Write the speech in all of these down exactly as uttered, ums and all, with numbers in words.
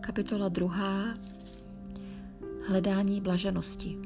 Kapitola druhá. Hledání blaženosti.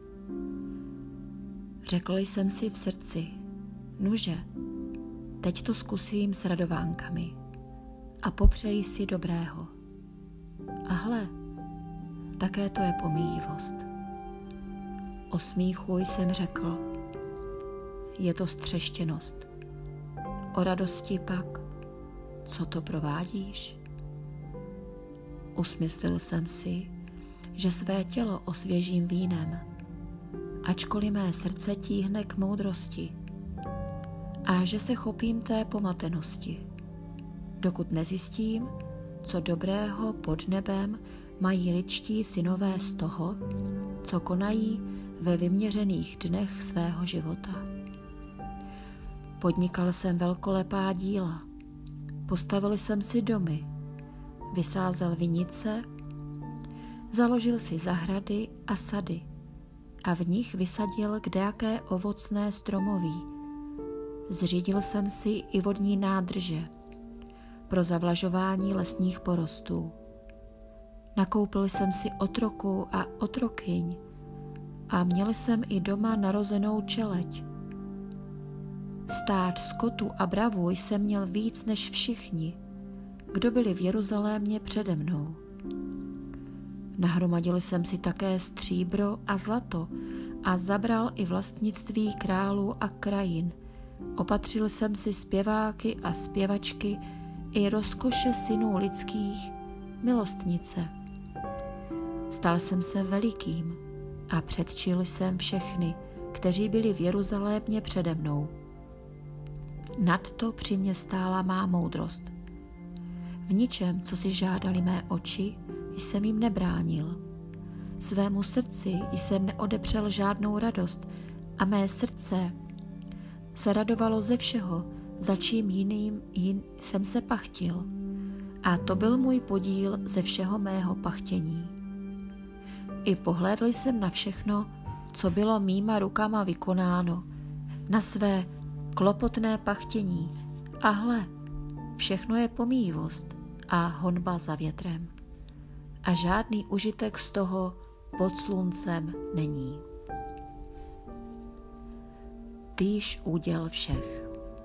Řekl jsem si v srdci, nuže, teď to zkusím s radovánkami a popřeji si dobrého. A hle, také to je pomíjivost. O smíchu jsem řekl, je to střeštěnost. O radosti pak, co to provádíš? Usmyslil jsem si, že své tělo osvěžím vínem, ačkoliv mé srdce tíhne k moudrosti, a že se chopím té pomatenosti, dokud nezjistím, co dobrého pod nebem mají lidští synové z toho, co konají ve vyměřených dnech svého života. Podnikal jsem velkolepá díla, postavil jsem si domy, vysázel vinice, založil si zahrady a sady a v nich vysadil kdejaké ovocné stromoví. Zřídil jsem si i vodní nádrže pro zavlažování lesních porostů. Nakoupil jsem si otroků a otrokyň a měl jsem i doma narozenou čeleď. Stád skotu a bravu jsem měl víc než všichni, kdo byli v Jeruzalémě přede mnou. Nahromadil jsem si také stříbro a zlato a zabral i vlastnictví králů a krajin. Opatřil jsem si zpěváky a zpěvačky i rozkoše synů lidských, milostnice. Stal jsem se velikým a předčil jsem všechny, kteří byli v Jeruzalémě přede mnou. Nadto při mě stála má moudrost. V ničem, co si žádali mé oči, jsem jim nebránil. Svému srdci jsem neodepřel žádnou radost a mé srdce se radovalo ze všeho, za čím jiným jin jsem se pachtil. A to byl můj podíl ze všeho mého pachtění. I pohlédl jsem na všechno, co bylo mýma rukama vykonáno, na své klopotné pachtění. A hle, všechno je pomíjivost a honba za větrem. A žádný užitek z toho pod sluncem není. Týž úděl všech.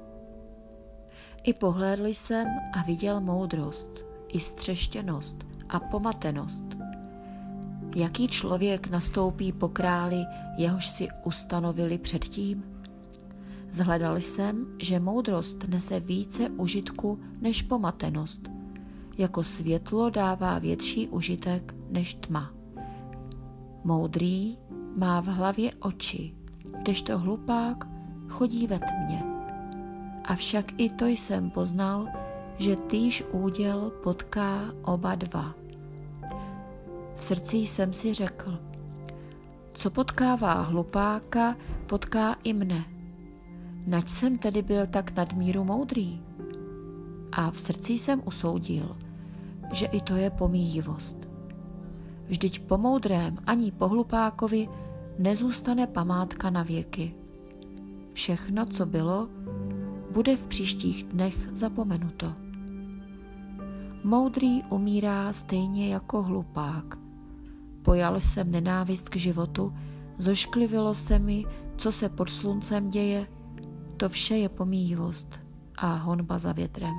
I pohlédl jsem a viděl moudrost, i střeštěnost a pomatenost. Jaký člověk nastoupí po králi, jehož si ustanovili předtím? Zhledal jsem, že moudrost nese více užitku než pomatenost. Jako světlo dává větší užitek než tma. Moudrý má v hlavě oči, kdežto hlupák chodí ve tmě. Avšak i to jsem poznal, že týž úděl potká oba dva. V srdci jsem si řekl, co potkává hlupáka, potká i mne. Nač jsem tedy byl tak nadmíru moudrý? A v srdci jsem usoudil, že i to je pomíjivost. Vždyť po moudrém ani po hlupákovi nezůstane památka na věky. Všechno, co bylo, bude v příštích dnech zapomenuto. Moudrý umírá stejně jako hlupák. Pojal jsem nenávist k životu, zošklivilo se mi, co se pod sluncem děje, to vše je pomíjivost a honba za větrem.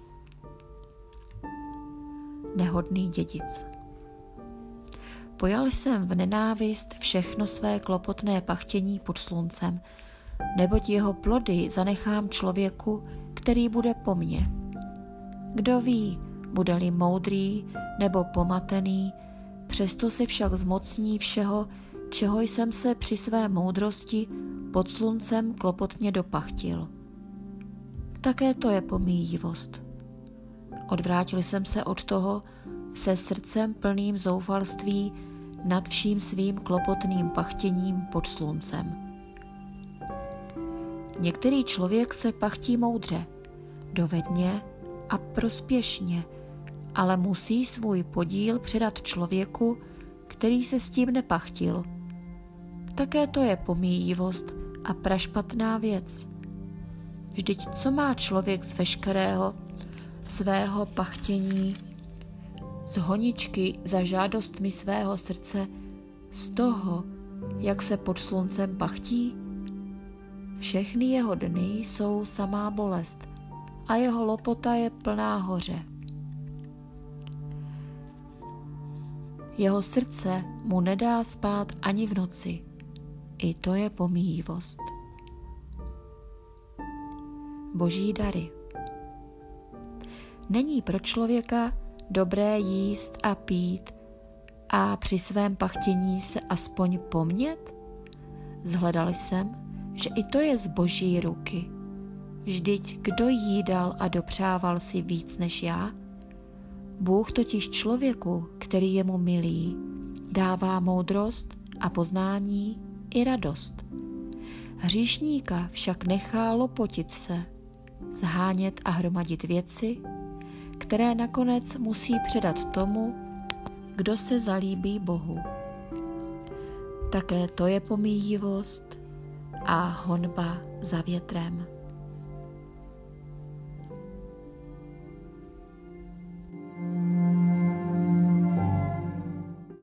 Nehodný dědic. Pojal jsem v nenávist všechno své klopotné pachtění pod sluncem, neboť jeho plody zanechám člověku, který bude po mně. Kdo ví, bude-li moudrý nebo pomatený, přesto se však zmocní všeho, čeho jsem se při své moudrosti pod sluncem klopotně dopachtil. Také to je pomíjivost. Odvrátil jsem se od toho se srdcem plným zoufalství nad vším svým klopotným pachtěním pod sluncem. Některý člověk se pachtí moudře, dovedně a prospěšně, ale musí svůj podíl předat člověku, který se s tím nepachtil. Také to je pomíjivost a prašpatná věc. Vždyť co má člověk z veškerého svého pachtění, z honičky za žádostmi svého srdce, z toho, jak se pod sluncem pachtí? Všechny jeho dny jsou samá bolest a jeho lopota je plná hoře. Jeho srdce mu nedá spát ani v noci. I to je pomíjivost. Boží dary. Není pro člověka dobré jíst a pít a při svém pachtění se aspoň pomnět? Zhledal jsem, že i to je z Boží ruky. Vždyť kdo jídal a dopřával si víc než já? Bůh totiž člověku, který je mu milý, dává moudrost a poznání i radost. Hříšníka však nechá lopotit se, zhánět a hromadit věci, které nakonec musí předat tomu, kdo se zalíbí Bohu. Také to je pomíjivost a honba za větrem.